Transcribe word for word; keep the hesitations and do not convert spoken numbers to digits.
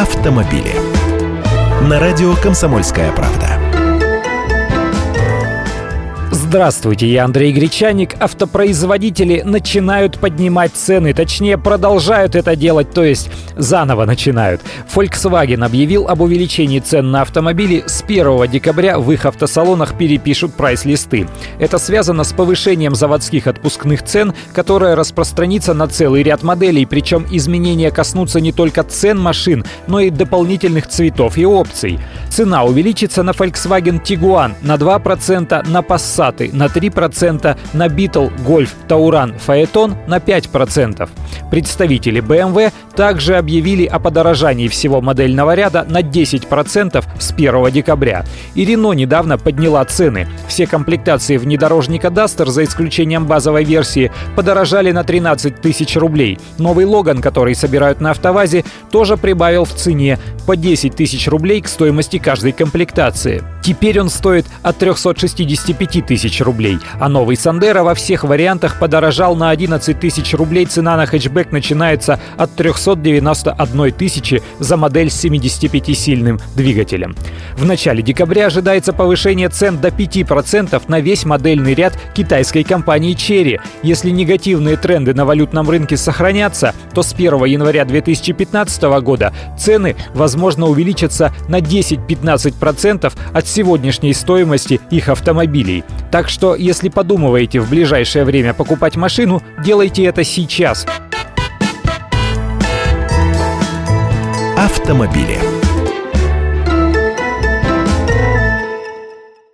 автомобили. На радио «Комсомольская правда». Здравствуйте, я Андрей Гречаник. Автопроизводители начинают поднимать цены, точнее продолжают это делать, то есть заново начинают. Volkswagen объявил об увеличении цен на автомобили. С первого декабря в их автосалонах перепишут прайс-листы. Это связано с повышением заводских отпускных цен, которое распространится на целый ряд моделей, причем изменения коснутся не только цен машин, но и дополнительных цветов и опций. Цена увеличится на Volkswagen Tiguan на два процента, на Passat на три процента, на Beetle, Golf, Tauran, Phaeton на пять процентов. Представители бэ эм вэ также объявили о подорожании всего модельного ряда на десять процентов с первого декабря. И Renault недавно подняла цены. Все комплектации внедорожника Duster, за исключением базовой версии, подорожали на тринадцать тысяч рублей. Новый Logan, который собирают на АвтоВАЗе, тоже прибавил в цене по десять тысяч рублей к стоимости каждой комплектации. Теперь он стоит от триста шестьдесят пять тысяч рублей, а новый Sandero во всех вариантах подорожал на одиннадцать тысяч рублей. Цена на хэтчбэк начинается от триста девяносто одна тысяча за модель с семидесятипятисильным двигателем. В начале декабря ожидается повышение цен до пяти процентов на весь модельный ряд китайской компании Chery. Если негативные тренды на валютном рынке сохранятся, то с первого января две тысячи пятнадцатого года цены, возможно, увеличатся на десять-пятнадцать процентов от сегодняшней стоимости их автомобилей. Так что, если подумываете в ближайшее время покупать машину, делайте это сейчас. Автомобили.